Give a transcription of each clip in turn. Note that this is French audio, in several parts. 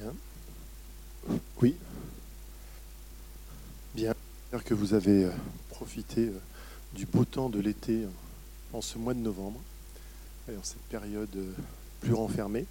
Bien. Oui. Bien. J'espère que vous avez profité du beau temps de l'été en ce mois de novembre, et en cette période plus renfermée.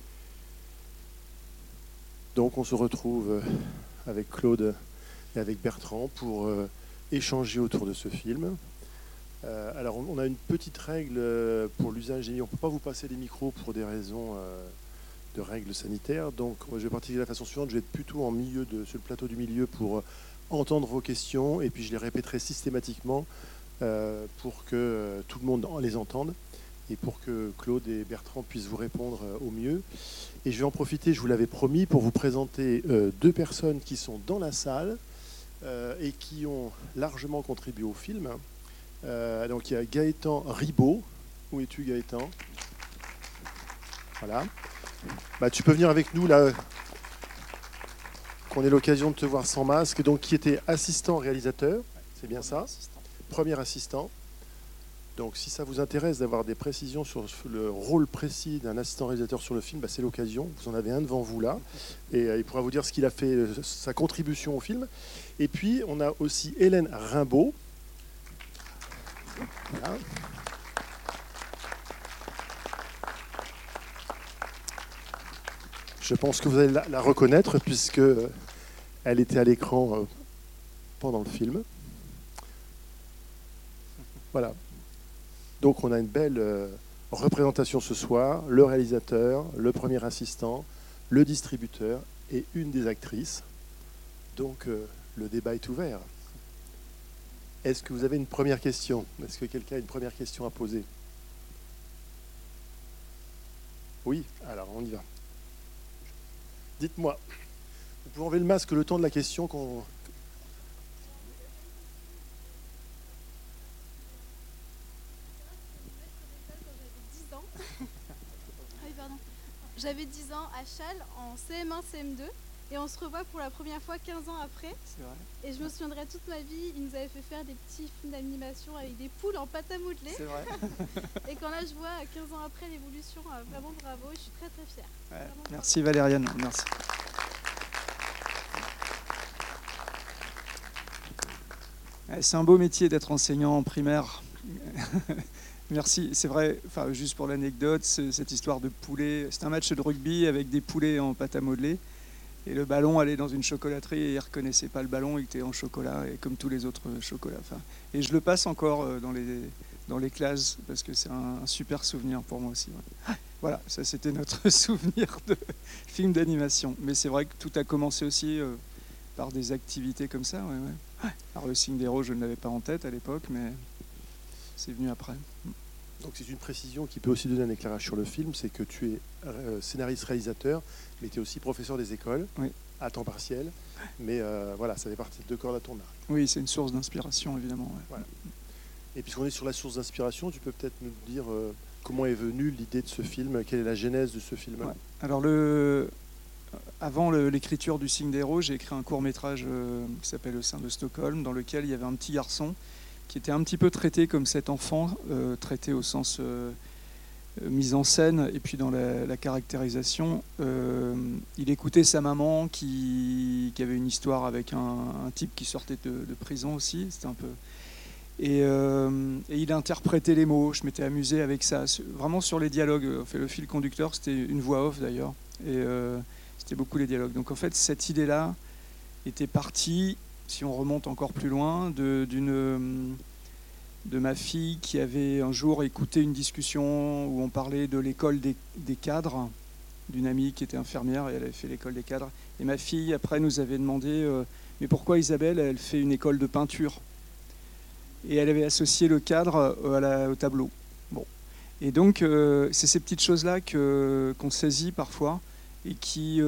Donc on se retrouve avec Claude et avec Bertrand pour échanger autour de ce film. Alors on a une petite règle pour l'usage, on ne peut pas vous passer les micros pour des raisons de règles sanitaires. Donc je vais partir de la façon suivante, je vais être plutôt sur le plateau du milieu pour entendre vos questions, et puis je les répéterai systématiquement pour que tout le monde les entende et pour que Claude et Bertrand puissent vous répondre au mieux. Et je vais en profiter, je vous l'avais promis, pour vous présenter deux personnes qui sont dans la salle et qui ont largement contribué au film. Donc il y a Gaëtan Ribaud. Où es-tu, Gaëtan? Voilà. Tu peux venir avec nous là, qu'on ait l'occasion de te voir sans masque. Donc qui était assistant réalisateur, c'est bien ça? Premier assistant. Donc si ça vous intéresse d'avoir des précisions sur le rôle précis d'un assistant réalisateur sur le film, c'est l'occasion. Vous en avez un devant vous là. Et il pourra vous dire ce qu'il a fait, sa contribution au film. Et puis on a aussi Hélène Rimbaud. Voilà. Je pense que vous allez la reconnaître puisque elle était à l'écran pendant le film. Voilà. Donc on a une belle représentation ce soir, le réalisateur, le premier assistant, le distributeur et une des actrices. Donc le débat est ouvert. Est-ce que vous avez une première question? Est-ce que quelqu'un a une première question à poser? Oui, alors on y va. Dites-moi. Vous pouvez enlever le masque le temps de la question qu'on... J'avais 10 ans à Châles en CM1, CM2 et on se revoit pour la première fois 15 ans après. C'est vrai. Et je me souviendrai toute ma vie, il nous avait fait faire des petits films d'animation avec des poules en pâte à modeler. C'est vrai. Et quand là je vois 15 ans après l'évolution, vraiment bravo, je suis très très fière. Ouais. Merci Valériane, merci. C'est un beau métier d'être enseignant en primaire. Merci, c'est vrai, juste pour l'anecdote, cette histoire de poulet, c'est un match de rugby avec des poulets en pâte à modeler, et le ballon allait dans une chocolaterie et il ne reconnaissait pas le ballon, il était en chocolat, et comme tous les autres chocolats. Et je le passe encore dans les classes, parce que c'est un super souvenir pour moi aussi. Ouais. Voilà, ça c'était notre souvenir de film d'animation. Mais c'est vrai que tout a commencé aussi par des activités comme ça. Ouais. Alors le signe des roses, je ne l'avais pas en tête à l'époque, mais... c'est venu après. Donc c'est une précision qui peut aussi donner un éclairage sur le film, c'est que tu es scénariste-réalisateur, mais tu es aussi professeur des écoles, oui, à temps partiel. Mais voilà, ça fait partie de deux cordes à ton arc. Oui, c'est une source d'inspiration, évidemment. Ouais. Voilà. Et puisqu'on est sur la source d'inspiration, tu peux peut-être nous dire comment est venue l'idée de ce film, quelle est la genèse de ce film? Ouais. Alors, avant l'écriture du Signe des Roses, j'ai écrit un court-métrage qui s'appelle Le Sein de Stockholm, dans lequel il y avait un petit garçon qui était un petit peu traité comme cet enfant, traité au sens mise en scène, et puis dans la caractérisation. Il écoutait sa maman qui avait une histoire avec un type qui sortait de prison aussi, c'était un peu... Et il interprétait les mots, je m'étais amusé avec ça, vraiment sur les dialogues. Le fil conducteur, c'était une voix off d'ailleurs, et c'était beaucoup les dialogues. Donc en fait, cette idée-là était partie... si on remonte encore plus loin, de ma fille qui avait un jour écouté une discussion où on parlait de l'école des cadres, d'une amie qui était infirmière et elle avait fait l'école des cadres. Et ma fille, après, nous avait demandé mais pourquoi Isabelle, elle fait une école de peinture? Et elle avait associé le cadre au tableau. Bon. Et donc, c'est ces petites choses-là qu'on saisit parfois et qui...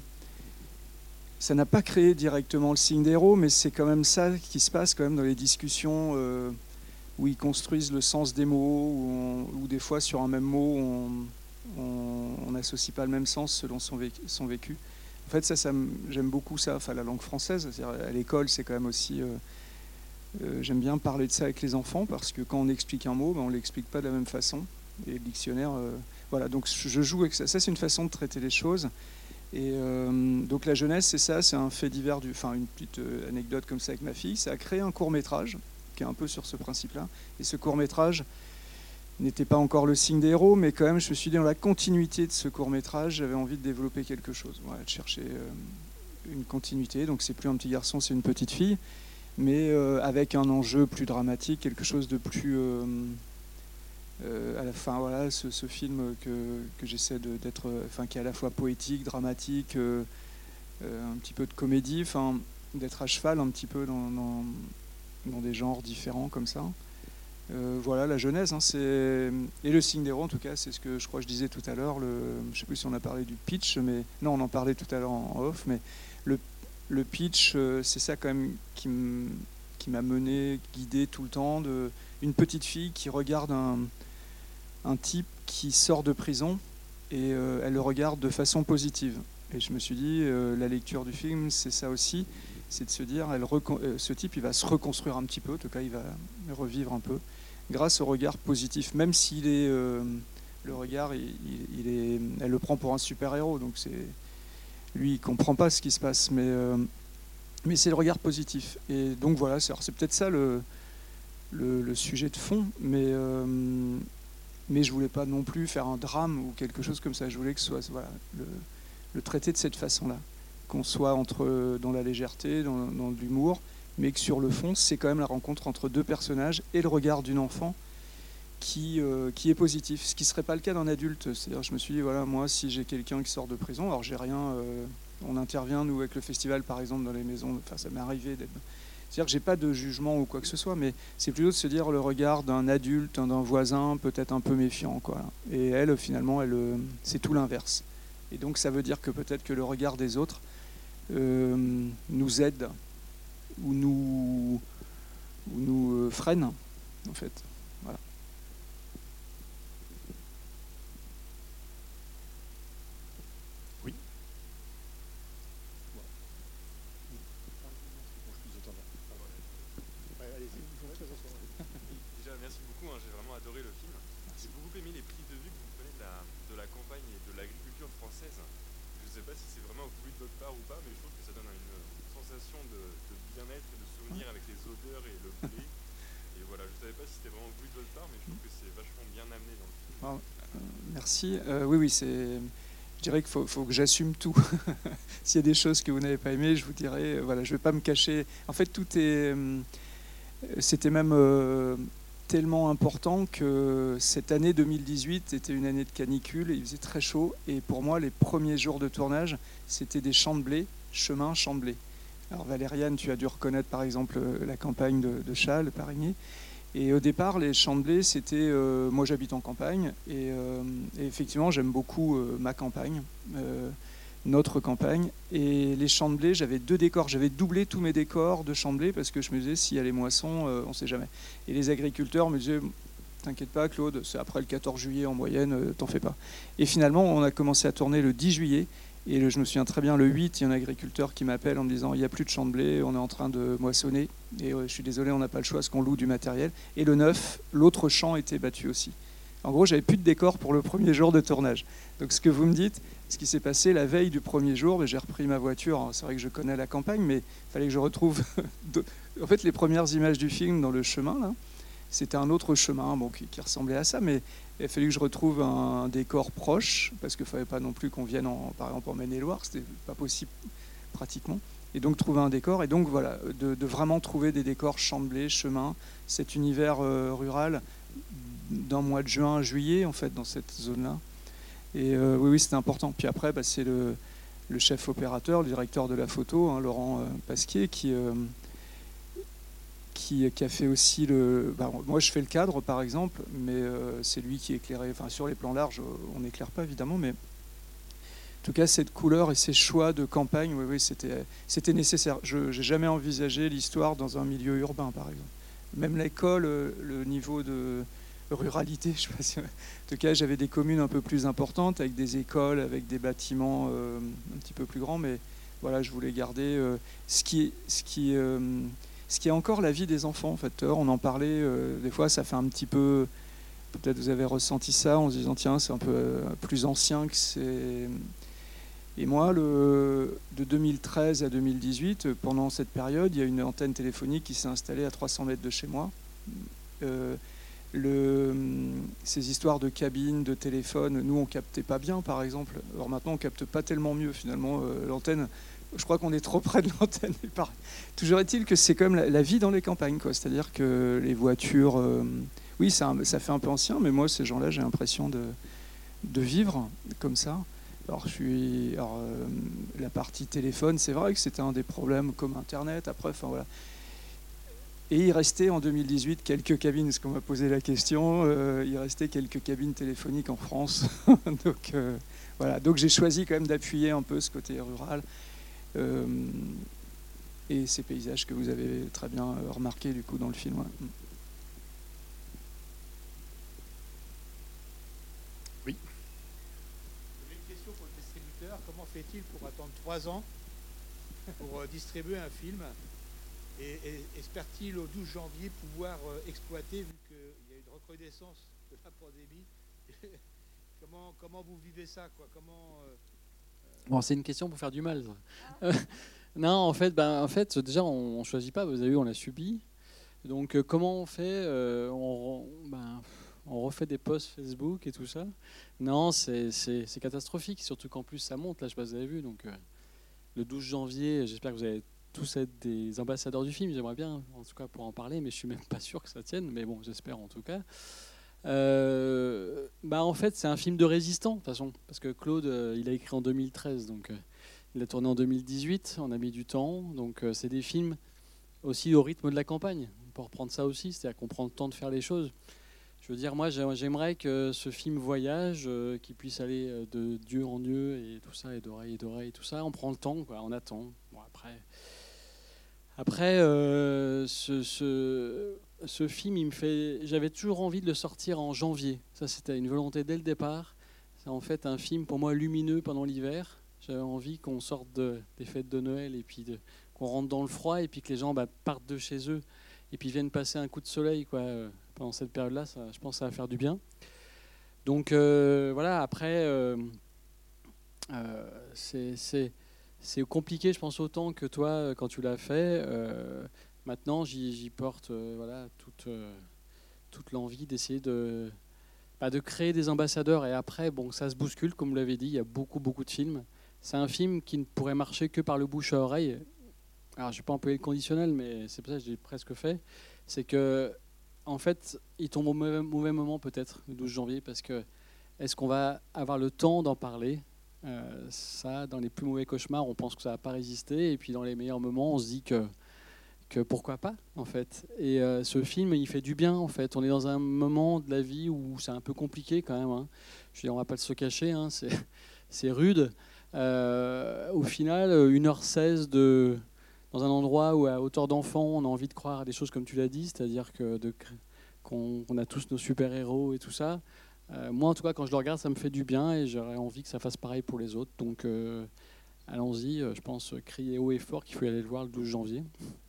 ça n'a pas créé directement le signe des héros, mais c'est quand même ça qui se passe quand même dans les discussions où ils construisent le sens des mots, où des fois sur un même mot, on n'associe pas le même sens selon son vécu. En fait, j'aime beaucoup ça, la langue française. C'est-à-dire, à l'école, c'est quand même aussi... j'aime bien parler de ça avec les enfants, parce que quand on explique un mot, on ne l'explique pas de la même façon. Et le dictionnaire... voilà, donc je joue avec ça. Ça, c'est une façon de traiter les choses. Et donc la jeunesse, c'est ça, c'est un fait divers, enfin une petite anecdote comme ça avec ma fille. Ça a créé un court-métrage qui est un peu sur ce principe-là. Et ce court-métrage n'était pas encore le signe des héros, mais quand même, je me suis dit, dans la continuité de ce court-métrage, j'avais envie de développer quelque chose, voilà, de chercher une continuité. Donc c'est plus un petit garçon, c'est une petite fille, mais avec un enjeu plus dramatique, quelque chose de plus... à la fin, voilà, ce film que j'essaie d'être, enfin, qui est à la fois poétique, dramatique, un petit peu de comédie, enfin, d'être à cheval un petit peu dans des genres différents comme ça. Voilà la genèse, hein, et le signe des héros en tout cas, c'est ce que je crois que je disais tout à l'heure. Je ne sais plus si on a parlé du pitch, mais non, on en parlait tout à l'heure en off, mais le pitch, c'est ça quand même qui m'a mené, guidé tout le temps, une petite fille qui regarde un type qui sort de prison et elle le regarde de façon positive. Et je me suis dit, la lecture du film, c'est ça aussi, c'est de se dire, ce type, il va se reconstruire un petit peu, en tout cas, il va revivre un peu, grâce au regard positif, même s'il est, le regard, elle le prend pour un super-héros, donc lui, il comprend pas ce qui se passe, mais c'est le regard positif. Et donc voilà, c'est peut-être ça le sujet de fond, mais je voulais pas non plus faire un drame ou quelque chose comme ça. Je voulais que ce soit le traiter de cette façon-là, qu'on soit dans la légèreté, dans l'humour, mais que sur le fond, c'est quand même la rencontre entre deux personnages et le regard d'une enfant qui est positif, ce qui ne serait pas le cas d'un adulte. C'est-à-dire, je me suis dit, voilà, moi, si j'ai quelqu'un qui sort de prison, alors j'ai rien, on intervient, nous, avec le festival, par exemple, dans les maisons, enfin, ça m'est arrivé d'être... C'est-à-dire que j'ai pas de jugement ou quoi que ce soit, mais c'est plutôt de se dire le regard d'un adulte, d'un voisin, peut-être un peu méfiant, quoi. Et elle, finalement, c'est tout l'inverse. Et donc, ça veut dire que peut-être que le regard des autres nous aide ou nous freine, en fait. Voilà. Oui. Déjà, merci beaucoup, hein, j'ai vraiment adoré le film. J'ai beaucoup aimé les prises de vue que vous prenez de la campagne et de l'agriculture française. Je ne sais pas si c'est vraiment voulu de votre part ou pas, mais je trouve que ça donne une sensation de bien-être et de souvenir avec les odeurs et le blé. Et voilà, je ne savais pas si c'était vraiment voulu de votre part, mais je trouve que c'est vachement bien amené dans le film. Merci. Oui, je dirais qu'il faut que j'assume tout. S'il y a des choses que vous n'avez pas aimées, je vous dirai, voilà, je ne vais pas me cacher. En fait, c'était même tellement important que cette année 2018 était une année de canicule, il faisait très chaud, et pour moi, les premiers jours de tournage, c'était des champs de blé, chemin, champs de blé. Alors Valériane, tu as dû reconnaître par exemple la campagne de Châles, le Parigny. Et au départ, les champs de blé, c'était... moi, j'habite en campagne, et effectivement, j'aime beaucoup ma campagne, notre campagne. Et les champs de blé, j'avais 2 décors. J'avais doublé tous mes décors de champs de blé, parce que je me disais, s'il y a les moissons, on ne sait jamais. Et les agriculteurs me disaient, t'inquiète pas, Claude, c'est après le 14 juillet en moyenne, t'en fais pas. Et finalement, on a commencé à tourner le 10 juillet. Et je me souviens très bien, le 8, il y a un agriculteur qui m'appelle en me disant « Il n'y a plus de champs de blé, on est en train de moissonner. Et je suis désolé, on n'a pas le choix, parce qu'on loue du matériel. » Et le 9, l'autre champ était battu aussi. En gros, j'avais plus de décor pour le premier jour de tournage. Donc ce que vous me dites, ce qui s'est passé la veille du premier jour, j'ai repris ma voiture. C'est vrai que je connais la campagne, mais il fallait que je retrouve... En fait, les premières images du film dans le chemin, là, c'était un autre chemin qui ressemblait à ça, mais il a fallu que je retrouve un décor proche, parce qu'il ne fallait pas non plus qu'on vienne, par exemple, en Maine-et-Loire, c'était pas possible pratiquement. Et donc trouver un décor, et donc voilà, de vraiment trouver des décors champs de blé, chemin, cet univers rural d'un mois de juin à juillet, en fait, dans cette zone-là. Et oui, c'était important. Puis après, c'est le chef opérateur, le directeur de la photo, hein, Laurent Pasquier, qui a fait aussi moi je fais le cadre par exemple, mais c'est lui qui éclairait, enfin sur les plans larges on n'éclaire pas évidemment, mais en tout cas cette couleur et ces choix de campagne, oui, c'était nécessaire. Je n'ai jamais envisagé l'histoire dans un milieu urbain par exemple. Même l'école, le niveau de ruralité, je sais pas si... En tout cas j'avais des communes un peu plus importantes avec des écoles, avec des bâtiments un petit peu plus grands, mais voilà, je voulais garder ce qui est encore la vie des enfants, en fait. On en parlait, des fois, ça fait un petit peu... Peut-être vous avez ressenti ça en se disant, tiens, c'est un peu plus ancien que c'est... Et moi, de 2013 à 2018, pendant cette période, il y a une antenne téléphonique qui s'est installée à 300 mètres de chez moi. Ces histoires de cabines, de téléphone, nous on captait pas bien par exemple. Alors maintenant on capte pas tellement mieux finalement l'antenne. Je crois qu'on est trop près de l'antenne. Toujours est-il que c'est comme la vie dans les campagnes, quoi. C'est-à-dire que les voitures, oui ça fait un peu ancien, mais moi ces gens-là j'ai l'impression de vivre comme ça. Alors, la partie téléphone, c'est vrai que c'était un des problèmes comme Internet. Après, enfin voilà. Et il restait en 2018 quelques cabines, parce qu'on m'a posé la question, il restait quelques cabines téléphoniques en France. Donc voilà, donc j'ai choisi quand même d'appuyer un peu ce côté rural et ces paysages que vous avez très bien remarqués du coup dans le film. Ouais. Oui. J'ai une question pour le distributeur. Comment fait-il pour attendre 3 ans pour distribuer un film ? Et espère-t-il au 12 janvier pouvoir exploiter, vu qu'il y a une recrudescence de la pandémie? Comment vous vivez ça, quoi? Bon, c'est une question pour faire du mal. Non, en fait, déjà, on ne choisit pas. Vous avez vu, on l'a subi. Donc, comment on fait on refait des posts Facebook et tout ça. Non, c'est catastrophique. Surtout qu'en plus, ça monte. Là, je sais pas si vous avez vu. Donc, le 12 janvier, j'espère que vous allez tous être des ambassadeurs du film, j'aimerais bien en tout cas pour en parler, mais je suis même pas sûr que ça tienne, mais bon, j'espère en tout cas. En fait, c'est un film de résistant de toute façon, parce que Claude, il a écrit en 2013, donc il a tourné en 2018, on a mis du temps, donc c'est des films aussi au rythme de la campagne, on peut reprendre ça aussi, c'est-à-dire qu'on prend le temps de faire les choses. Je veux dire, moi, j'aimerais que ce film voyage, qu'il puisse aller de Dieu en Dieu et tout ça, et d'oreille, tout ça, on prend le temps, quoi, on attend. Bon, Après, ce film, j'avais toujours envie de le sortir en janvier. Ça, c'était une volonté dès le départ. C'est en fait un film pour moi lumineux pendant l'hiver. J'avais envie qu'on sorte des fêtes de Noël et puis qu'on rentre dans le froid et puis que les gens partent de chez eux et puis viennent passer un coup de soleil, quoi. Pendant cette période-là, je pense que ça va faire du bien. Donc voilà. Après, c'est compliqué, je pense, autant que toi quand tu l'as fait. Maintenant, j'y porte toute l'envie d'essayer de créer des ambassadeurs. Et après, bon, ça se bouscule, comme vous l'avez dit, il y a beaucoup de films. C'est un film qui ne pourrait marcher que par le bouche à oreille. Alors, je n'ai pas employé le conditionnel, mais c'est pour ça que j'ai presque fait. C'est que, en fait, il tombe au mauvais moment peut-être, le 12 janvier, parce que est-ce qu'on va avoir le temps d'en parler ? Ça, dans les plus mauvais cauchemars, on pense que ça va pas résister, et puis dans les meilleurs moments, on se dit que pourquoi pas, en fait. Et ce film, il fait du bien, en fait. On est dans un moment de la vie où c'est un peu compliqué quand même. Hein. Je veux dire, on va pas se cacher, hein, c'est rude. Au final, 1h16 dans un endroit où, à hauteur d'enfant, on a envie de croire à des choses comme tu l'as dit, c'est-à-dire qu'on a tous nos super-héros et tout ça. Moi, en tout cas, quand je le regarde, ça me fait du bien et j'aurais envie que ça fasse pareil pour les autres. Donc, allons-y. Je pense crier haut et fort qu'il faut y aller le voir le 12 janvier.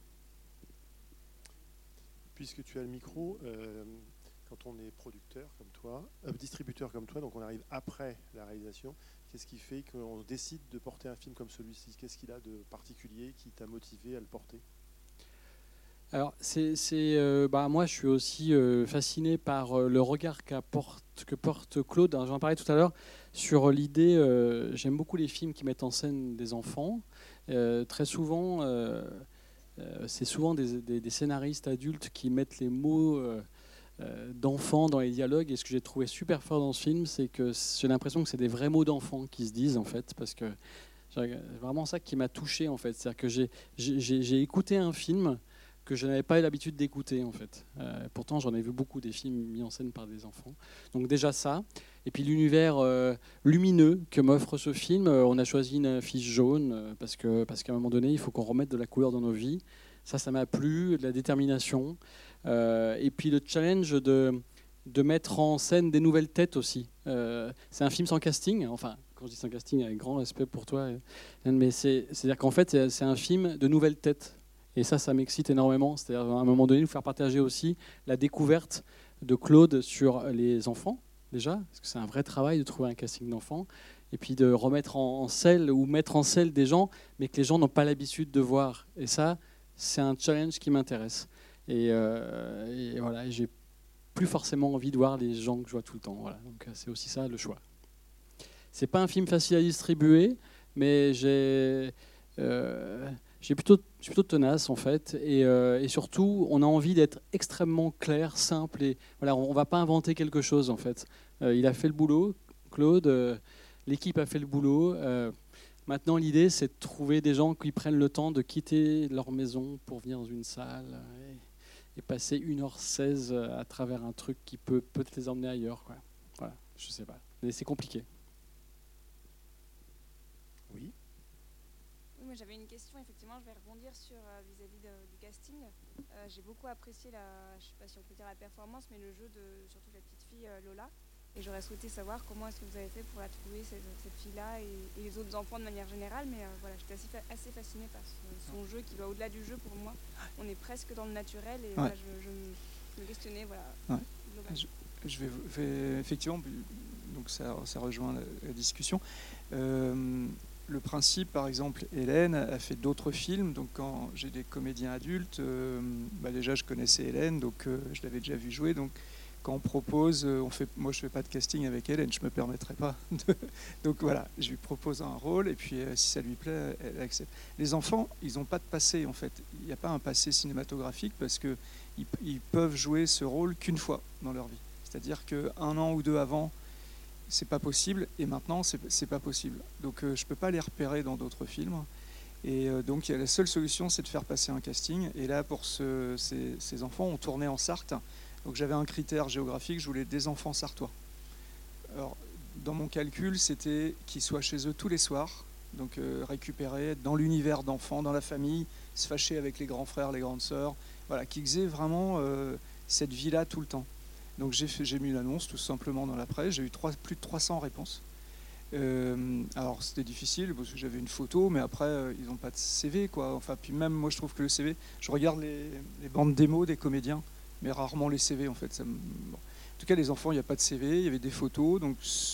Puisque tu as le micro, quand on est producteur comme toi, distributeur comme toi, donc on arrive après la réalisation, qu'est-ce qui fait qu'on décide de porter un film comme celui-ci ? Qu'est-ce qu'il a de particulier qui t'a motivé à le porter ? Alors, moi, je suis aussi fasciné par le regard que porte Claude. J'en parlais tout à l'heure sur l'idée. J'aime beaucoup les films qui mettent en scène des enfants. Très souvent, c'est souvent des scénaristes adultes qui mettent les mots d'enfants dans les dialogues. Et ce que j'ai trouvé super fort dans ce film, c'est que j'ai l'impression que c'est des vrais mots d'enfants qui se disent, en fait, parce que c'est vraiment ça qui m'a touché, en fait. C'est-à-dire que j'ai écouté un film que je n'avais pas eu l'habitude d'écouter, en fait. Pourtant, j'en ai vu beaucoup des films mis en scène par des enfants. Donc déjà ça. Et puis l'univers lumineux que m'offre ce film. On a choisi une affiche jaune parce qu'à un moment donné, il faut qu'on remette de la couleur dans nos vies. Ça m'a plu, de la détermination. Et puis le challenge de mettre en scène des nouvelles têtes aussi. C'est un film sans casting. Enfin, quand je dis sans casting, avec grand respect pour toi, mais c'est-à-dire qu'en fait, c'est un film de nouvelles têtes. Et ça m'excite énormément. C'est-à-dire, à un moment donné, nous faire partager aussi la découverte de Claude sur les enfants, déjà, parce que c'est un vrai travail de trouver un casting d'enfants, et puis de remettre en selle ou mettre en selle des gens, mais que les gens n'ont pas l'habitude de voir. Et ça, c'est un challenge qui m'intéresse. Et voilà, j'ai plus forcément envie de voir les gens que je vois tout le temps. Voilà. Donc c'est aussi ça le choix. C'est pas un film facile à distribuer, mais je suis plutôt tenace en fait, et surtout on a envie d'être extrêmement clair, simple, et voilà, on va pas inventer quelque chose en fait. Il a fait le boulot, Claude, l'équipe a fait le boulot. Maintenant l'idée c'est de trouver des gens qui prennent le temps de quitter leur maison pour venir dans une salle et passer 1h16 à travers un truc qui peut peut-être les emmener ailleurs, quoi. Voilà, je sais pas, mais c'est compliqué. Oui. Moi, j'avais une question, effectivement, je vais rebondir sur vis-à-vis du casting. J'ai beaucoup apprécié je sais pas si on peut dire la performance, mais le jeu de surtout la petite fille Lola. Et j'aurais souhaité savoir comment est-ce que vous avez fait pour la trouver, cette fille-là, et les autres enfants de manière générale. Mais voilà, j'étais assez fascinée par son jeu qui va au-delà du jeu pour moi. On est presque dans le naturel, et voilà, je me questionnais, voilà, globalement. Je vais effectivement, donc ça rejoint la discussion. Le principe, par exemple, Hélène a fait d'autres films. Donc quand j'ai des comédiens adultes, déjà je connaissais Hélène, donc je l'avais déjà vu jouer. Donc quand on propose, moi je fais pas de casting avec Hélène, je me permettrai pas. Donc voilà, je lui propose un rôle et puis si ça lui plaît, elle accepte. Les enfants, ils n'ont pas de passé en fait. Il n'y a pas un passé cinématographique parce que ils peuvent jouer ce rôle qu'une fois dans leur vie. C'est-à-dire qu'un an ou deux avant, c'est pas possible, et maintenant c'est pas possible. Donc je peux pas les repérer dans d'autres films. Et donc la seule solution, c'est de faire passer un casting. Et là, pour ces enfants, on tournait en Sarthe. Donc j'avais un critère géographique, je voulais des enfants sartois. Alors dans mon calcul, c'était qu'ils soient chez eux tous les soirs, donc récupérés dans l'univers d'enfants, dans la famille, se fâcher avec les grands frères, les grandes sœurs, voilà, qu'ils aient vraiment cette vie-là tout le temps. Donc j'ai mis l'annonce tout simplement dans la presse, j'ai eu plus de 300 réponses. Alors c'était difficile parce que j'avais une photo, mais après ils n'ont pas de CV, quoi. Enfin, puis même moi je trouve que le CV, je regarde les bandes démos des comédiens, mais rarement les CV en fait. Bon. En tout cas les enfants, il n'y a pas de CV, il y avait des photos, donc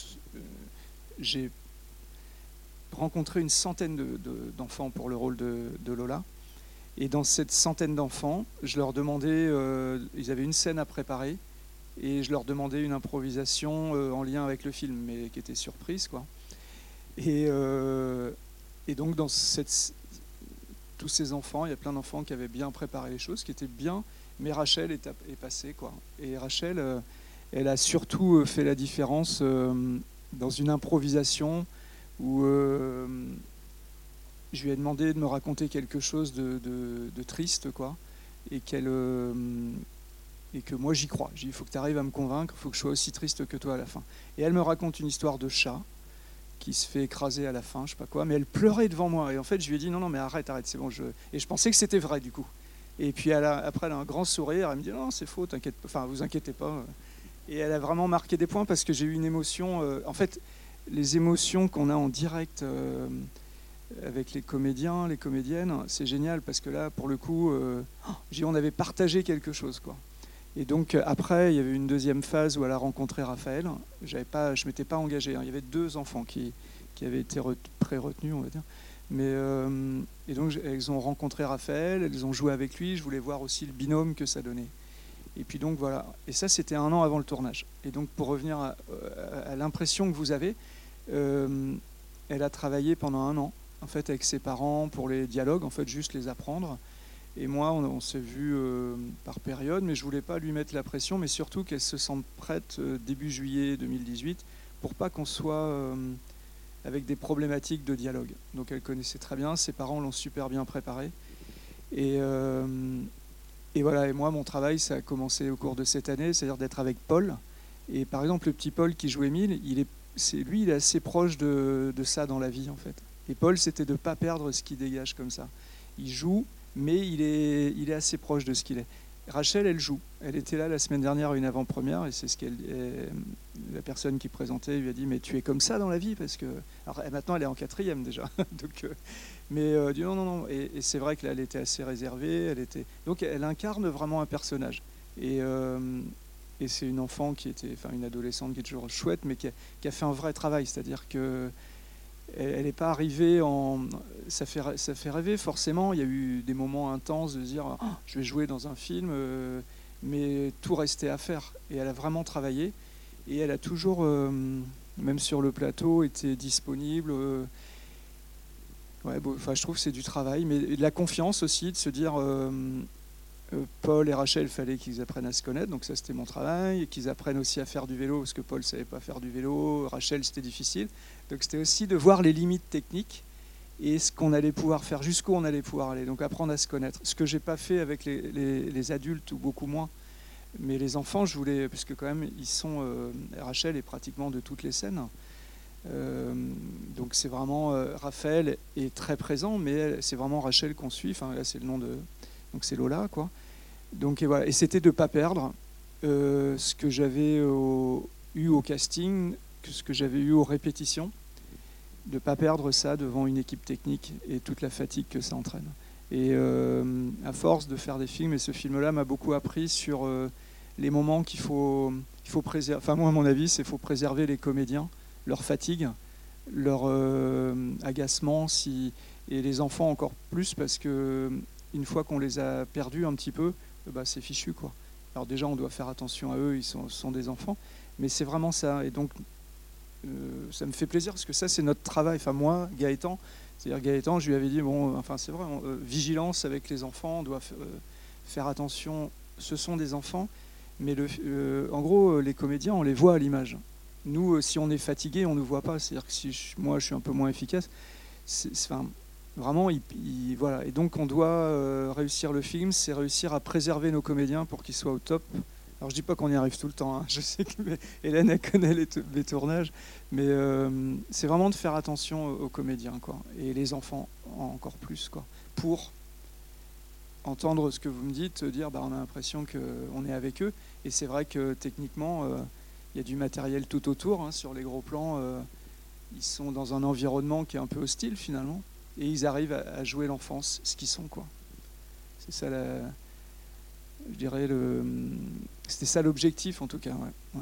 j'ai rencontré une centaine d'enfants pour le rôle de Lola. Et dans cette centaine d'enfants, je leur demandais, ils avaient une scène à préparer, et je leur demandais une improvisation en lien avec le film, mais qui était surprise, quoi. Et donc dans tous ces enfants, il y a plein d'enfants qui avaient bien préparé les choses, qui étaient bien, mais Rachel est passée, quoi. Et Rachel, elle a surtout fait la différence dans une improvisation où je lui ai demandé de me raconter quelque chose de triste, quoi, et que moi j'y crois. J'ai dit, il faut que tu arrives à me convaincre, il faut que je sois aussi triste que toi à la fin. Et elle me raconte une histoire de chat qui se fait écraser à la fin, je sais pas quoi, mais elle pleurait devant moi. Et en fait, je lui ai dit, non, mais arrête, c'est bon. Et je pensais que c'était vrai, du coup. Et puis après, elle a un grand sourire, elle me dit, non, c'est faux, vous inquiétez pas. Et elle a vraiment marqué des points parce que j'ai eu une émotion. En fait, les émotions qu'on a en direct avec les comédiens, les comédiennes, c'est génial parce que là, pour le coup, on avait partagé quelque chose, quoi. Et donc après, il y avait une deuxième phase où elle a rencontré Raphaël. Je ne m'étais pas engagé. Il y avait 2 enfants qui avaient été pré-retenus, on va dire. Et donc elles ont rencontré Raphaël, elles ont joué avec lui. Je voulais voir aussi le binôme que ça donnait. Et puis donc voilà. Et ça, c'était 1 an avant le tournage. Et donc pour revenir à l'impression que vous avez, elle a travaillé pendant 1 an, en fait, avec ses parents pour les dialogues, en fait, juste les apprendre. Et moi, on s'est vu par période, mais je ne voulais pas lui mettre la pression, mais surtout qu'elle se sente prête début juillet 2018 pour pas qu'on soit avec des problématiques de dialogue. Donc elle connaissait très bien, ses parents l'ont super bien préparée. Et voilà, et moi, mon travail, ça a commencé au cours de cette année, c'est-à-dire d'être avec Paul. Et par exemple, le petit Paul qui joue Émile, il est assez proche de ça dans la vie, en fait. Et Paul, c'était de ne pas perdre ce qu'il dégage comme ça. Il joue, mais il est assez proche de ce qu'il est. Rachel, elle joue. Elle était là la semaine dernière à une avant-première, et c'est la personne qui présentait lui a dit, mais tu es comme ça dans la vie, parce que... Alors maintenant, elle est en 4e déjà. Donc, mais dit non. Et c'est vrai que là, elle était assez réservée. Donc elle incarne vraiment un personnage. Et Et c'est une enfant une adolescente qui est toujours chouette, mais qui a fait un vrai travail. C'est-à-dire que elle n'est pas arrivée ça fait rêver forcément. Il y a eu des moments intenses de se dire je vais jouer dans un film, mais tout restait à faire. Et elle a vraiment travaillé. Et elle a toujours, même sur le plateau, été disponible. Je trouve que c'est du travail, mais de la confiance aussi, de se dire Paul et Rachel, il fallait qu'ils apprennent à se connaître, donc ça c'était mon travail, et qu'ils apprennent aussi à faire du vélo, parce que Paul ne savait pas faire du vélo, Rachel c'était difficile. Donc c'était aussi de voir les limites techniques et ce qu'on allait pouvoir faire, jusqu'où on allait pouvoir aller, donc apprendre à se connaître. Ce que je n'ai pas fait avec les adultes, ou beaucoup moins, mais les enfants, je voulais, puisque quand même, Rachel est pratiquement de toutes les scènes. Donc c'est vraiment, Raphaël est très présent, mais c'est vraiment Rachel qu'on suit, enfin là c'est le nom de... Donc c'est Lola, quoi. Donc, et voilà. Et c'était de ne pas perdre ce que j'avais eu au casting, ce que j'avais eu aux répétitions, de ne pas perdre ça devant une équipe technique et toute la fatigue que ça entraîne. Et à force de faire des films, et ce film-là m'a beaucoup appris sur les moments qu'il faut préserver. Enfin moi, à mon avis, c'est qu'il faut préserver les comédiens, leur fatigue, leur agacement, et les enfants encore plus, parce que une fois qu'on les a perdus un petit peu, c'est fichu, quoi. Alors déjà, on doit faire attention à eux, ils sont des enfants, mais c'est vraiment ça. Et donc, ça me fait plaisir, parce que ça, c'est notre travail. Enfin, moi, Gaëtan, je lui avais dit, c'est vrai, vigilance avec les enfants, on doit faire attention, ce sont des enfants, mais en gros, les comédiens, on les voit à l'image. Nous, si on est fatigué, on ne voit pas. C'est-à-dire que si moi, je suis un peu moins efficace, vraiment, voilà. Et donc, on doit réussir le film, c'est réussir à préserver nos comédiens pour qu'ils soient au top. Alors, je dis pas qu'on y arrive tout le temps. Je sais que Hélène, elle connaît les tournages, mais c'est vraiment de faire attention aux comédiens, quoi. Et les enfants encore plus, quoi. Pour entendre ce que vous me dites, dire, on a l'impression qu'on est avec eux. Et c'est vrai que techniquement, il y a du matériel tout autour. Sur les gros plans, ils sont dans un environnement qui est un peu hostile, finalement. Et ils arrivent à jouer l'enfance, ce qu'ils sont, quoi. C'est ça, je dirais, c'était ça l'objectif, en tout cas. Ouais.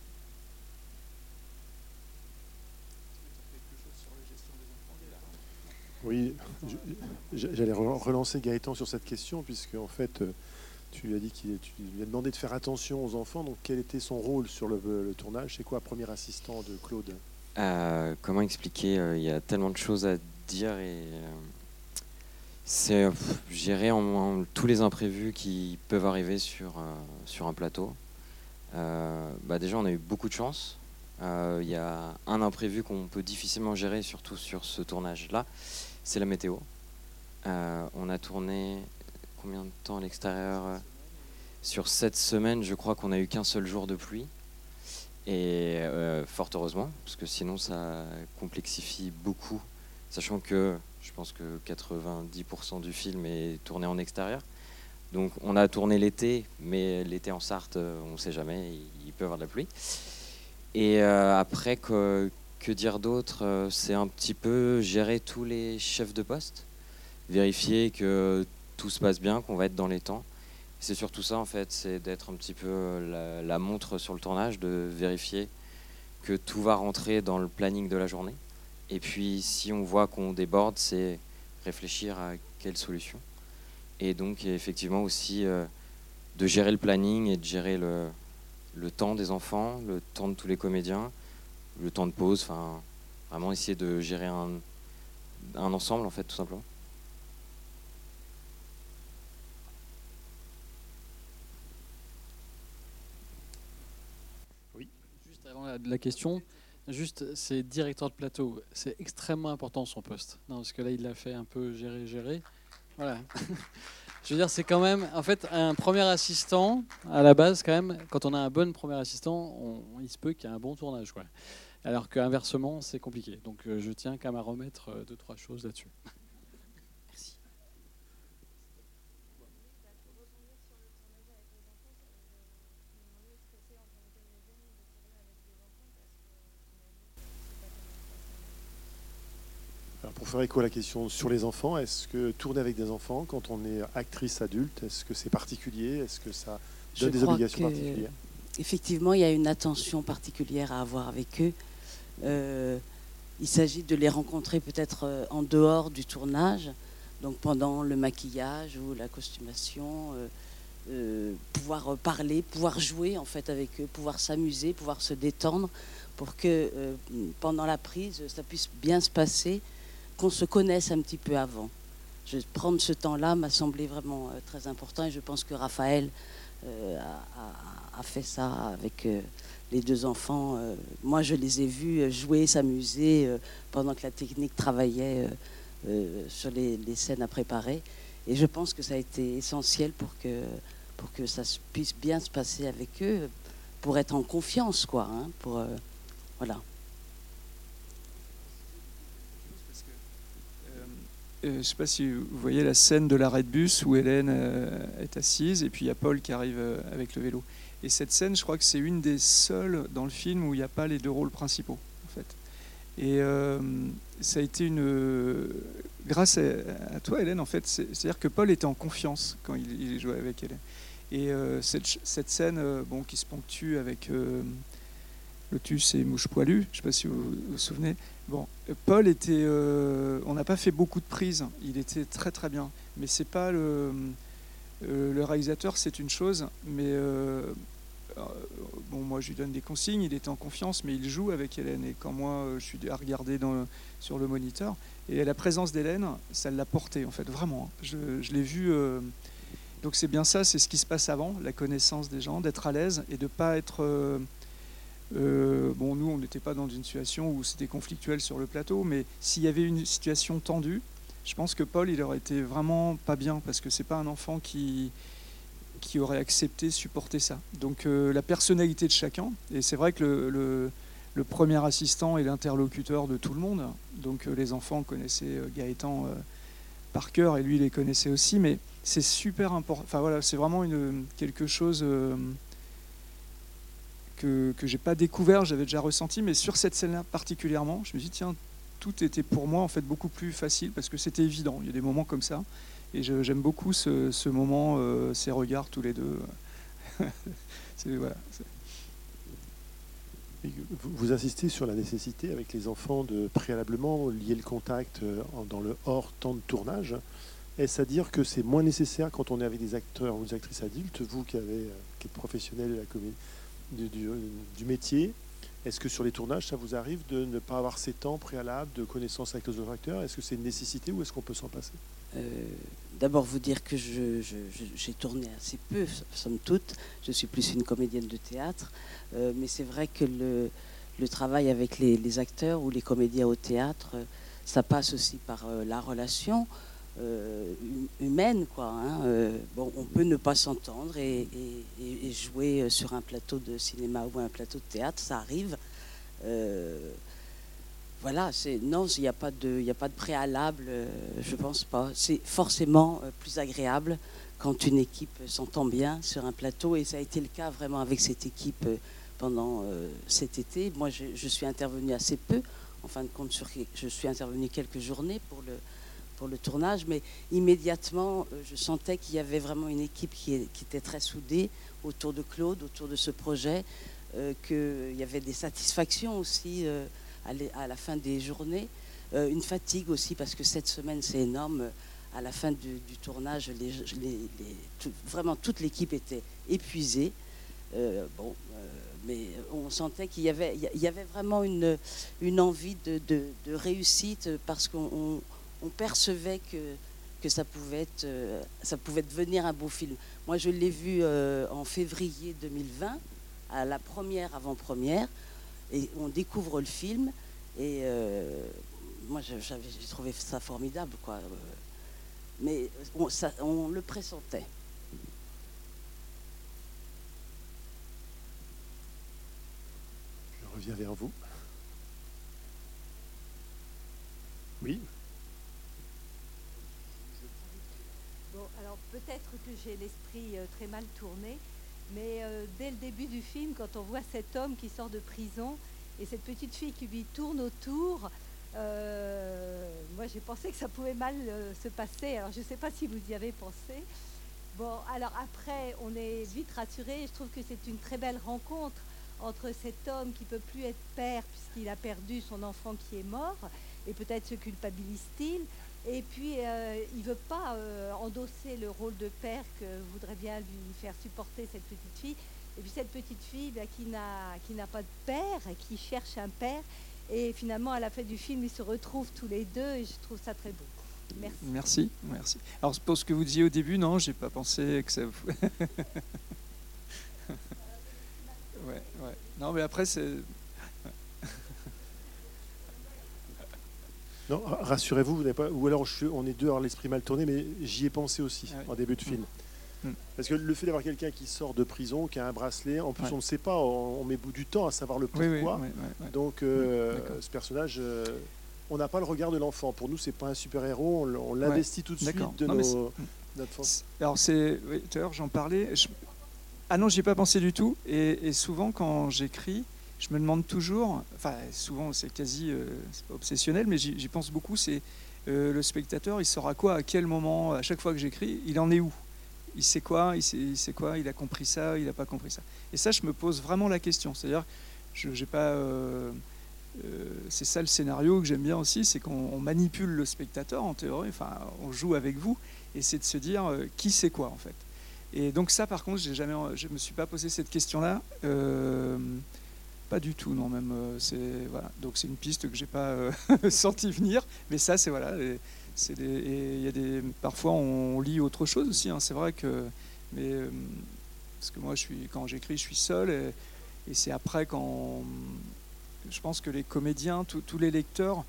Oui, j'allais relancer Gaëtan sur cette question, puisque en fait, tu lui as dit tu lui as demandé de faire attention aux enfants. Donc, quel était son rôle sur le tournage? C'est quoi, premier assistant de Claude? Comment expliquer? Il y a tellement de choses à dire, et c'est gérer tous les imprévus qui peuvent arriver sur un plateau. Déjà, on a eu beaucoup de chance. Il y a un imprévu qu'on peut difficilement gérer, surtout sur ce tournage-là, c'est la météo. On a tourné combien de temps à l'extérieur? Sur 7 semaines, je crois qu'on a eu qu'un seul jour de pluie. Et fort heureusement, parce que sinon ça complexifie beaucoup, sachant que je pense que 90% du film est tourné en extérieur. Donc on a tourné l'été, mais l'été en Sarthe, on ne sait jamais, il peut y avoir de la pluie. Et après, que dire d'autre? C'est un petit peu gérer tous les chefs de poste, vérifier que tout se passe bien, qu'on va être dans les temps. C'est surtout ça, en fait, c'est d'être un petit peu la montre sur le tournage, de vérifier que tout va rentrer dans le planning de la journée. Et puis, si on voit qu'on déborde, c'est réfléchir à quelle solution. Et donc, effectivement, aussi de gérer le planning et de gérer le temps des enfants, le temps de tous les comédiens, le temps de pause, enfin, vraiment essayer de gérer un ensemble, en fait, tout simplement. Juste avant la question, c'est directeur de plateau. C'est extrêmement important son poste. Non, parce que là, il l'a fait un peu gérer. Voilà. Je veux dire, c'est quand même, en fait, un premier assistant, à la base, quand même, quand on a un bon premier assistant, il se peut qu'il y ait un bon tournage, quoi. Alors qu'inversement, c'est compliqué. Donc, je tiens quand même à remettre 2-3 choses là-dessus. Merci. Alors, pour faire écho à la question sur les enfants, est-ce que tourner avec des enfants, quand on est actrice adulte, est-ce que c'est particulier? Est-ce que ça donne des obligations particulières? effectivement, il y a une attention particulière à avoir avec eux. Il s'agit de les rencontrer peut-être en dehors du tournage, donc pendant le maquillage ou la costumation, pouvoir parler, pouvoir jouer en fait avec eux, pouvoir s'amuser, pouvoir se détendre, pour que pendant la prise, ça puisse bien se passer, qu'on se connaisse un petit peu avant. Prendre ce temps-là m'a semblé vraiment très important, et je pense que Raphaël a fait ça avec les deux enfants. Moi, je les ai vus jouer, s'amuser pendant que la technique travaillait sur les scènes à préparer. Et je pense que ça a été essentiel pour que ça puisse bien se passer avec eux, pour être en confiance, quoi. Voilà. Je ne sais pas si vous voyez la scène de l'arrêt de bus où Hélène est assise et puis il y a Paul qui arrive avec le vélo. Et cette scène, je crois que c'est une des seules dans le film où il n'y a pas les deux rôles principaux, en fait. Et ça a été grâce à toi, Hélène, en fait. C'est-à-dire que Paul était en confiance quand il jouait avec Hélène. Et cette scène qui se ponctue avec Lotus et Mouche Poilue, je ne sais pas si vous vous souvenez. Bon, Paul était... on n'a pas fait beaucoup de prises. Il était très très bien. Mais c'est pas le réalisateur, c'est une chose. Mais moi, je lui donne des consignes. Il était en confiance, mais il joue avec Hélène. Et quand moi, je suis à regarder sur le moniteur, et la présence d'Hélène, ça l'a porté, en fait, vraiment. Je l'ai vu... donc c'est bien ça, c'est ce qui se passe avant, la connaissance des gens, d'être à l'aise et de ne pas être... nous, on n'était pas dans une situation où c'était conflictuel sur le plateau, mais s'il y avait une situation tendue, je pense que Paul, il aurait été vraiment pas bien, parce que c'est pas un enfant qui aurait accepté, supporté ça. Donc la personnalité de chacun, et c'est vrai que le premier assistant est l'interlocuteur de tout le monde, donc les enfants connaissaient Gaëtan par cœur, et lui, il les connaissait aussi, mais c'est super important. Enfin voilà, c'est vraiment quelque chose... que j'ai pas découvert, j'avais déjà ressenti, mais sur cette scène-là particulièrement, je me dis tiens, tout était pour moi en fait beaucoup plus facile parce que c'était évident. Il y a des moments comme ça, et j'aime beaucoup ce moment, ces regards tous les deux. Voilà. Vous insistez sur la nécessité avec les enfants de préalablement lier le contact dans le hors temps de tournage. Est-ce à dire que c'est moins nécessaire quand on est avec des acteurs ou des actrices adultes, vous qui êtes professionnel de la comédie, du métier, est-ce que sur les tournages, ça vous arrive de ne pas avoir ces temps préalables de connaissance avec les autres acteurs? Est-ce que c'est une nécessité ou est-ce qu'on peut s'en passer? D'abord, vous dire que j'ai tourné assez peu, somme toute. Je suis plus une comédienne de théâtre. Mais c'est vrai que le travail avec les acteurs ou les comédiens au théâtre, ça passe aussi par la relation humaine, quoi. On peut ne pas s'entendre et jouer sur un plateau de cinéma ou un plateau de théâtre, ça arrive. Voilà, non, il n'y a pas de préalable, je pense pas. C'est forcément plus agréable quand une équipe s'entend bien sur un plateau, et ça a été le cas vraiment avec cette équipe pendant cet été. Moi, je suis intervenue assez peu, en fin de compte, je suis intervenue quelques journées pour le tournage, mais immédiatement, je sentais qu'il y avait vraiment une équipe qui était très soudée autour de Claude, autour de ce projet, qu'il y avait des satisfactions aussi à la fin des journées, une fatigue aussi, parce que cette semaine, c'est énorme. À la fin du tournage, vraiment toute l'équipe était épuisée. Mais on sentait qu'il y avait vraiment une envie de réussite, parce qu'on percevait que ça pouvait devenir un beau film. Moi, je l'ai vu en février 2020, à la première avant-première, et on découvre le film, et moi, j'ai trouvé ça formidable, quoi. Mais on le pressentait. Je reviens vers vous. Oui. Bon, alors peut-être que j'ai l'esprit très mal tourné, mais dès le début du film, quand on voit cet homme qui sort de prison et cette petite fille qui lui tourne autour, moi j'ai pensé que ça pouvait mal se passer. Alors je ne sais pas si vous y avez pensé, Bon, alors après, on est vite rassuré. Je trouve que c'est une très belle rencontre entre cet homme qui peut plus être père puisqu'il a perdu son enfant qui est mort, et peut-être se culpabilise-t-il. Et puis, il veut pas endosser le rôle de père que voudrait bien lui faire supporter cette petite fille. Et puis cette petite fille qui n'a pas de père, qui cherche un père. Et finalement, à la fin du film, ils se retrouvent tous les deux et je trouve ça très beau. Merci. Merci. Alors pour ce que vous disiez au début, non, j'ai pas pensé que ça vous... ouais. Non, mais après, c'est... Non, rassurez-vous, vous n'avez pas... Ou alors on est deux à l'esprit mal tourné, mais j'y ai pensé aussi en début de film. Parce que le fait d'avoir quelqu'un qui sort de prison, qui a un bracelet, en plus on ne sait pas, on met du temps à savoir le pourquoi. Donc ce personnage, on n'a pas le regard de l'enfant. Pour nous, c'est pas un super-héros, on l'investit tout de suite de notre force. Alors tout à l'heure j'en parlais. Ah non, j'y ai pas pensé du tout. Et souvent quand j'écris, je me demande toujours, enfin souvent c'est quasi, c'est pas obsessionnel, mais j'y pense beaucoup, c'est le spectateur, il saura quoi, à quel moment, à chaque fois que j'écris, il en est où? Il sait quoi, il sait quoi, il a compris ça, il n'a pas compris ça. Et ça, je me pose vraiment la question. C'est-à-dire, j'ai pas, c'est ça le scénario que j'aime bien aussi, c'est qu'on manipule le spectateur en théorie, enfin, on joue avec vous, et c'est de se dire qui sait quoi en fait. Et donc ça, par contre, je me suis pas posé cette question-là, pas du tout, non même. Voilà. Donc c'est une piste que j'ai pas senti venir, mais ça, c'est voilà. Parfois on lit autre chose aussi, hein, c'est vrai que, mais parce que moi quand j'écris je suis seul et c'est après quand je pense que les comédiens, tous les lecteurs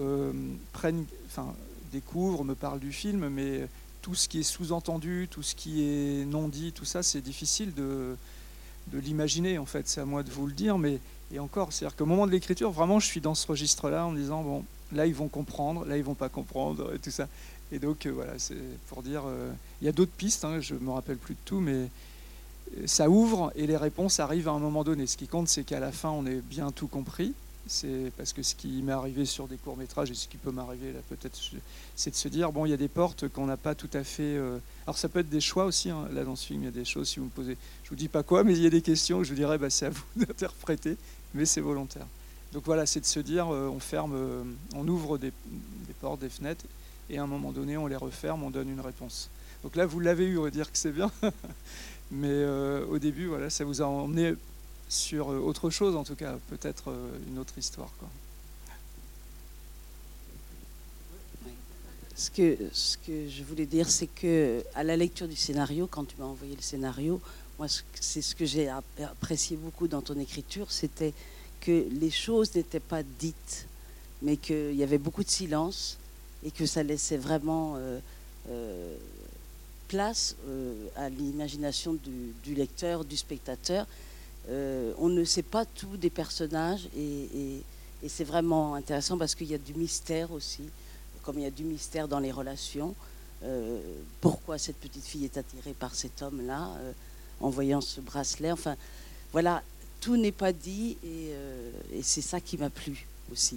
découvrent, me parlent du film, mais tout ce qui est sous-entendu, tout ce qui est non dit, tout ça c'est difficile de l'imaginer en fait, c'est à moi de vous le dire, mais et encore, c'est-à-dire qu'au moment de l'écriture, vraiment je suis dans ce registre-là en me disant bon, là ils vont comprendre, là ils vont pas comprendre et tout ça. Et donc voilà, c'est pour dire, il y a d'autres pistes, hein, je me rappelle plus de tout, mais ça ouvre et les réponses arrivent à un moment donné. Ce qui compte, c'est qu'à la fin on ait bien tout compris. C'est parce que ce qui m'est arrivé sur des courts-métrages et ce qui peut m'arriver là peut-être, c'est de se dire bon, il y a des portes qu'on n'a pas tout à fait. Alors ça peut être des choix aussi. Hein. Là dans ce film, il y a des choses. Si vous me posez, je vous dis pas quoi, mais il y a des questions. Je vous dirais, c'est à vous d'interpréter, mais c'est volontaire. Donc voilà, c'est de se dire, on ferme, on ouvre des portes, des fenêtres, et à un moment donné, on les referme, on donne une réponse. Donc là, vous l'avez eu, on va dire que c'est bien, mais au début, voilà, ça vous a emmené sur autre chose, en tout cas, peut-être une autre histoire, quoi. Ce que je voulais dire, c'est que à la lecture du scénario, quand tu m'as envoyé le scénario, moi, c'est ce que j'ai apprécié beaucoup dans ton écriture, c'était que les choses n'étaient pas dites, mais qu'il y avait beaucoup de silence et que ça laissait vraiment place à l'imagination du lecteur, du spectateur. On ne sait pas tout des personnages et c'est vraiment intéressant parce qu'il y a du mystère aussi, comme il y a du mystère dans les relations. Pourquoi cette petite fille est attirée par cet homme-là en voyant ce bracelet. Enfin, voilà, tout n'est pas dit et c'est ça qui m'a plu aussi.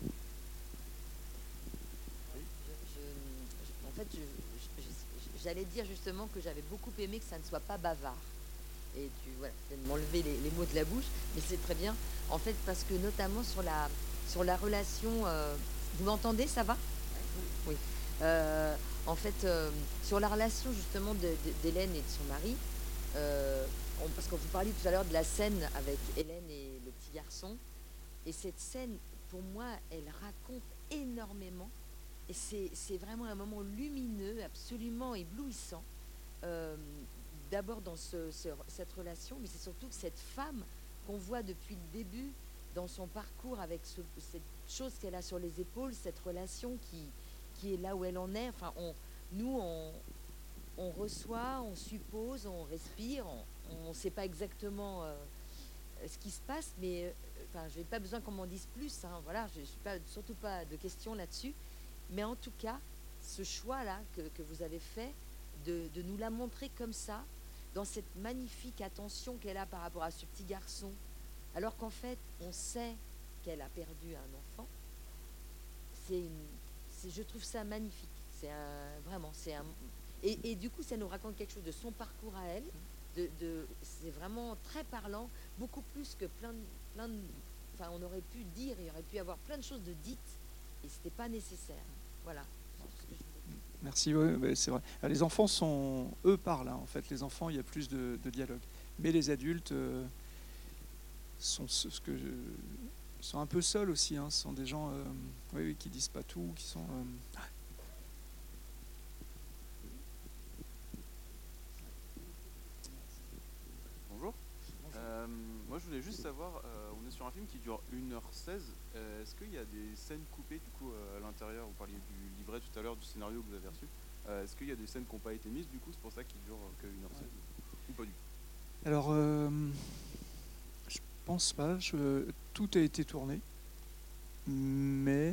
En fait, j'allais dire justement que j'avais beaucoup aimé que ça ne soit pas bavard. Et tu viens de m'enlever les mots de la bouche, mais c'est très bien. En fait, parce que notamment sur la relation... vous m'entendez, ça va? Oui. En fait, sur la relation justement d'Hélène et de son mari, parce que vous parliez tout à l'heure de la scène avec Hélène et le petit garçon, et cette scène, pour moi, elle raconte énormément, et c'est vraiment un moment lumineux, absolument éblouissant, d'abord dans cette relation, mais c'est surtout que cette femme qu'on voit depuis le début dans son parcours avec cette chose qu'elle a sur les épaules, cette relation qui est là où elle en est. Enfin, on reçoit, on suppose, on respire, on ne sait pas exactement ce qui se passe, mais je n'ai pas besoin qu'on m'en dise plus. Hein, voilà, je n'ai surtout pas de questions là-dessus. Mais en tout cas, ce choix-là que vous avez fait, de nous la montrer comme ça, dans cette magnifique attention qu'elle a par rapport à ce petit garçon, alors qu'en fait, on sait qu'elle a perdu un enfant, je trouve ça magnifique. Et du coup, ça nous raconte quelque chose de son parcours à elle. C'est vraiment très parlant, beaucoup plus que plein de... Enfin, on aurait pu dire, il y aurait pu y avoir plein de choses de dites, et c'était pas nécessaire. Voilà. Merci, ouais, c'est vrai. Alors, les enfants eux parlent, hein, en fait. Les enfants, il y a plus de dialogue. Mais les adultes sont un peu seuls aussi. Hein. Ce sont des gens qui disent pas tout, qui sont... Bonjour. Moi, je voulais juste savoir, on est sur un film qui dure 1h16. Est-ce qu'il y a des scènes coupées du coup à l'intérieur? Vous parliez du livret tout à l'heure, du scénario que vous avez reçu. Est-ce qu'il y a des scènes qui n'ont pas été mises du coup? C'est pour ça qu'il dure que 1h16 ou pas du tout? Alors, je pense pas. Tout a été tourné, mais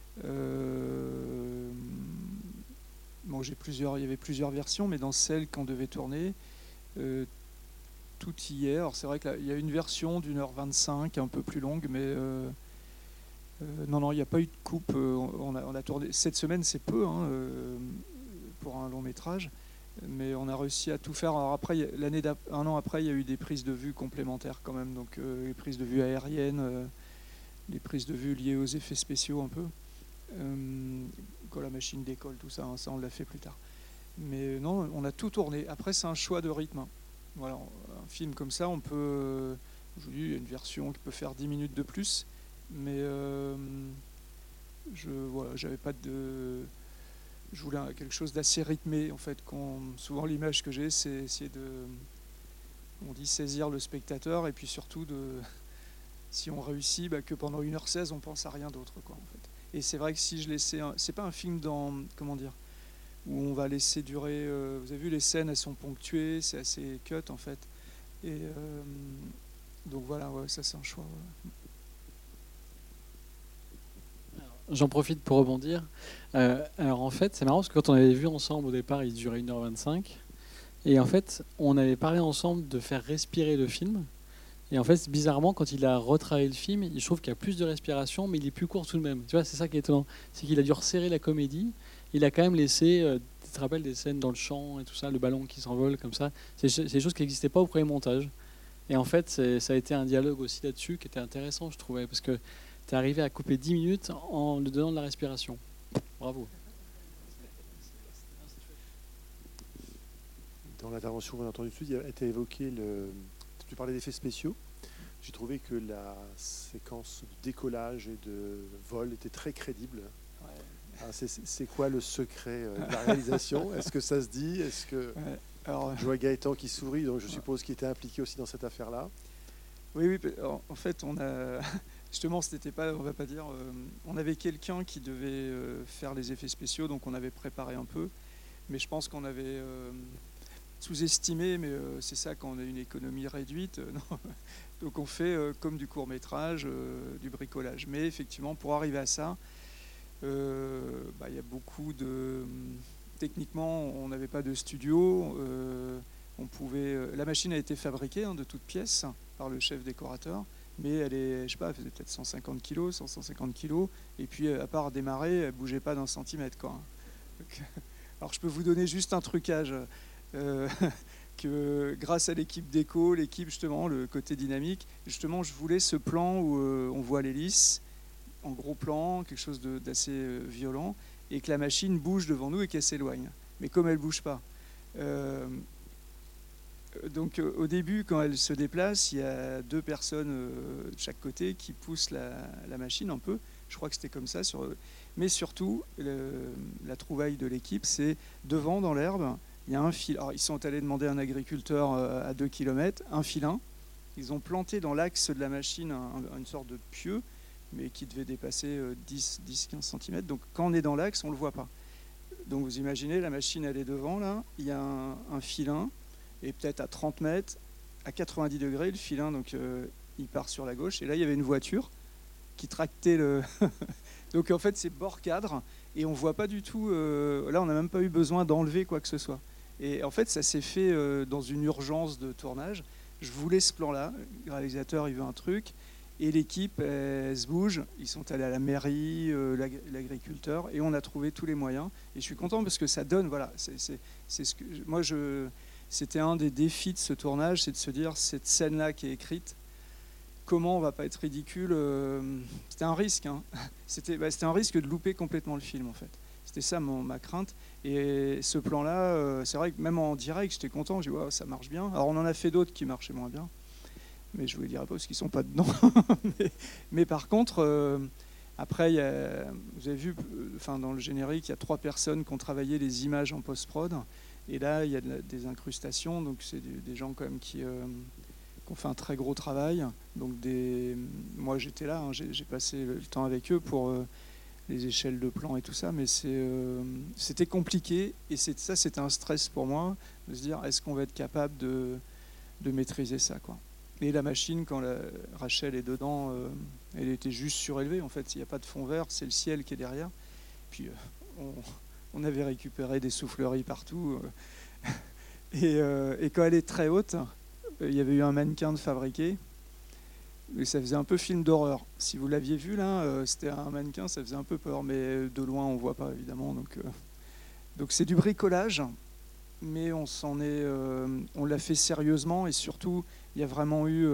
bon, il y avait plusieurs versions, mais dans celle qu'on devait tourner, tout y est. Alors c'est vrai qu'il y a une version d'1h25, un peu plus longue, mais non, il n'y a pas eu de coupe. On a tourné cette semaine, c'est peu hein, pour un long métrage. Mais on a réussi à tout faire. Alors après, un an après, il y a eu des prises de vue complémentaires quand même. Donc les prises de vue aériennes, les prises de vue liées aux effets spéciaux un peu. Quand la machine décolle, tout ça, hein, ça on l'a fait plus tard. Mais non, on a tout tourné. Après, c'est un choix de rythme. Hein. Voilà, un film comme ça, on peut... Je vous dis, il y a une version qui peut faire 10 minutes de plus. Mais j'avais pas de... Je voulais quelque chose d'assez rythmé, en fait. Souvent, l'image que j'ai, c'est essayer on dit saisir le spectateur, et puis surtout, si on réussit, que pendant 1h16, on pense à rien d'autre, quoi, en fait. Et c'est vrai que si je laissais... C'est pas un film comment dire, où on va laisser durer... vous avez vu, les scènes, elles sont ponctuées, c'est assez cut, en fait. Et donc voilà, ouais, ça, c'est un choix. Ouais. J'en profite pour rebondir. Alors en fait, c'est marrant parce que quand on avait vu ensemble au départ, il durait 1h25. Et en fait, on avait parlé ensemble de faire respirer le film. Et en fait, bizarrement, quand il a retravaillé le film, je trouve qu'il y a plus de respiration, mais il est plus court tout de même. Tu vois, c'est ça qui est étonnant. C'est qu'il a dû resserrer la comédie. Il a quand même laissé, tu te rappelles des scènes dans le champ et tout ça, le ballon qui s'envole comme ça. C'est des choses qui n'existaient pas au premier montage. Et en fait, ça a été un dialogue aussi là-dessus qui était intéressant, je trouvais, parce que tu es arrivé à couper 10 minutes en lui donnant de la respiration. Bravo. Dans l'intervention qu'on a entendue tout de suite, il a été évoqué tu parlais d'effets spéciaux. J'ai trouvé que la séquence de décollage et de vol était très crédible. Ouais. C'est quoi le secret de la réalisation? Est-ce que ça se dit? Est-ce que je vois Gaëtan qui sourit, donc je suppose qu'il était impliqué aussi dans cette affaire-là. Oui. En fait, on a justement, c'était pas, on va pas dire, on avait quelqu'un qui devait faire les effets spéciaux, donc on avait préparé un peu, mais je pense qu'on avait sous-estimé, mais c'est ça quand on a une économie réduite. Non. Donc on fait comme du court-métrage, du bricolage. Mais effectivement, pour arriver à ça, y a beaucoup de... Techniquement, on n'avait pas de studio. La machine a été fabriquée de toutes pièces par le chef décorateur, mais elle faisait peut-être 150 kg, 150 kg, et puis à part démarrer, elle ne bougeait pas d'un centimètre, quoi. Donc, alors je peux vous donner juste un trucage. Que grâce à l'équipe déco, l'équipe justement, le côté dynamique, justement je voulais ce plan où on voit l'hélice en gros plan, quelque chose d'assez violent, et que la machine bouge devant nous et qu'elle s'éloigne. Mais comme elle ne bouge pas. Donc au début, quand elle se déplace, il y a 2 personnes de chaque côté qui poussent la machine un peu. Je crois que c'était comme ça. Mais surtout, la trouvaille de l'équipe, c'est devant dans l'herbe, il y a un fil. Alors, ils sont allés demander à un agriculteur à 2 km un filin. Ils ont planté dans l'axe de la machine une sorte de pieu, mais qui devait dépasser 10-15 cm. Donc quand on est dans l'axe, on ne le voit pas. Donc vous imaginez, la machine elle est devant, là, il y a un filin, et peut-être à 30 mètres, à 90 degrés, le filin, donc il part sur la gauche, et là il y avait une voiture qui tractait le... Donc en fait c'est bord cadre, et on ne voit pas du tout... là on n'a même pas eu besoin d'enlever quoi que ce soit. Et en fait ça s'est fait dans une urgence de tournage. Je voulais ce plan-là, le réalisateur il veut un truc, Et l'équipe, elle se bouge. Ils sont allés à la mairie, l'agriculteur, et on a trouvé tous les moyens. Et je suis content parce que ça donne, voilà, c'était un des défis de ce tournage, c'est de se dire, cette scène-là qui est écrite, comment on va pas être ridicule. C'était un risque, hein. C'était un risque de louper complètement le film, en fait. C'était ça ma crainte. Et ce plan-là, c'est vrai que même en direct, j'étais content. Je dis, wow, ça marche bien. Alors on en a fait d'autres qui marchaient moins bien. Mais je ne vous les dirai pas parce qu'ils ne sont pas dedans. mais par contre, après, vous avez vu, dans le générique, il y a 3 personnes qui ont travaillé les images en post-prod. Et là, il y a des incrustations. Donc, c'est des gens quand même qui ont fait un très gros travail. Donc, moi, j'étais là. Hein, j'ai passé le temps avec eux pour les échelles de plan et tout ça. Mais c'était compliqué. Et ça, c'était un stress pour moi de se dire, est-ce qu'on va être capable de maîtriser ça, quoi. Et la machine, quand Rachel est dedans, elle était juste surélevée. En fait, il n'y a pas de fond vert, c'est le ciel qui est derrière. Puis on avait récupéré des souffleries partout. Et quand elle est très haute, il y avait eu un mannequin de fabriqué. Et ça faisait un peu film d'horreur. Si vous l'aviez vu là, c'était un mannequin, ça faisait un peu peur. Mais de loin, on ne voit pas évidemment. Donc c'est du bricolage. Mais on l'a fait sérieusement et surtout, il y a vraiment eu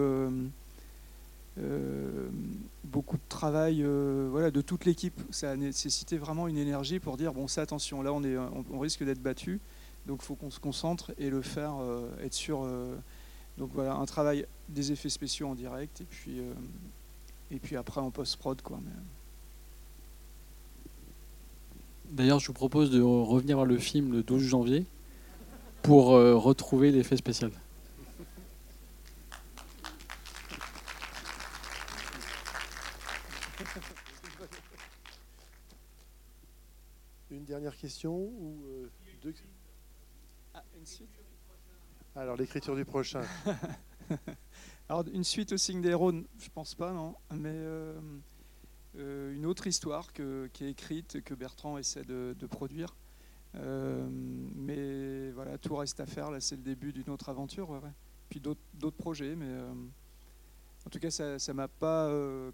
beaucoup de travail de toute l'équipe. Ça a nécessité vraiment une énergie pour dire, bon, ça, attention, là, on risque d'être battu, donc il faut qu'on se concentre et le faire, être sûr. Donc voilà, un travail des effets spéciaux en direct et puis après en post-prod, quoi. D'ailleurs, je vous propose de revenir voir le film le 12 janvier pour retrouver l'effet spécial. Une dernière question ou deux... Une suite. Alors, l'écriture du prochain. Alors, une suite au Signe des héros, je pense pas, non. Mais une autre histoire qui est écrite, que Bertrand essaie de produire. Mais voilà, tout reste à faire. Là, c'est le début d'une autre aventure. Ouais. Puis d'autres projets. Mais en tout cas, ça m'a pas...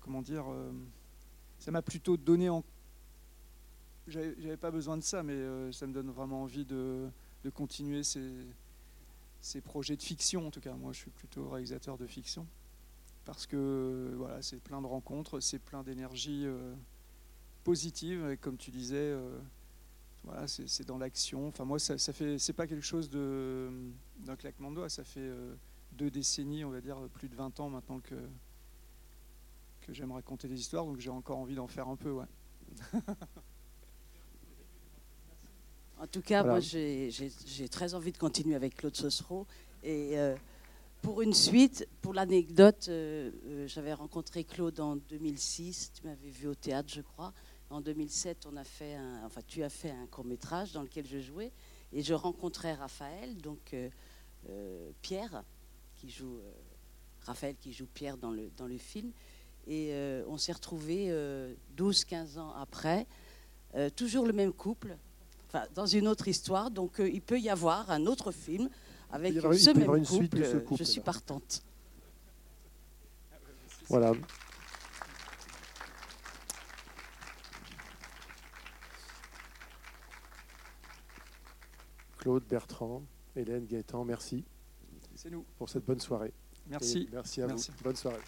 ça m'a plutôt donné... J'avais pas besoin de ça, mais ça me donne vraiment envie de continuer ces projets de fiction. En tout cas, moi, je suis plutôt réalisateur de fiction. Parce que voilà, c'est plein de rencontres, c'est plein d'énergie positive. Et comme tu disais... Voilà, c'est dans l'action. Enfin, moi, ça fait, c'est pas quelque chose d'un claquement de doigts. Ça fait 2 décennies, on va dire, plus de 20 ans maintenant que j'aime raconter des histoires. Donc, j'ai encore envie d'en faire un peu, ouais. En tout cas, voilà. Moi, j'ai très envie de continuer avec Claude Sossereau. Et pour une suite, pour l'anecdote, j'avais rencontré Claude en 2006. Tu m'avais vu au théâtre, je crois. En 2007, tu as fait un court-métrage dans lequel je jouais et je rencontrais Raphaël, donc Pierre, Raphaël qui joue Pierre dans le film. Et on s'est retrouvés 12-15 ans après, toujours le même couple, dans une autre histoire. Donc il peut y avoir un autre film avec ce même couple. Je suis partante. Voilà. Claude, Bertrand, Hélène, Gaëtan, merci. C'est nous. Pour cette bonne soirée. Merci. Et merci à vous. Bonne soirée.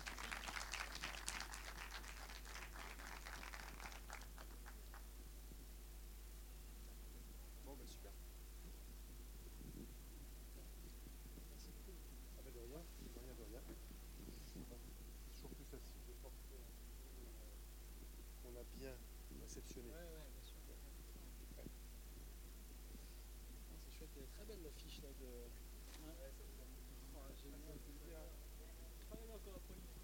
Bon, bah, super. Ah bah de rien, de rien. C'est toujours plus facile de porter un qu'on a bien réceptionné. Ouais, bien sûr. C'est chouette, elle est très belle l'affiche là de. Ouais, ça vous a... J'ai travaillé encore après une fois.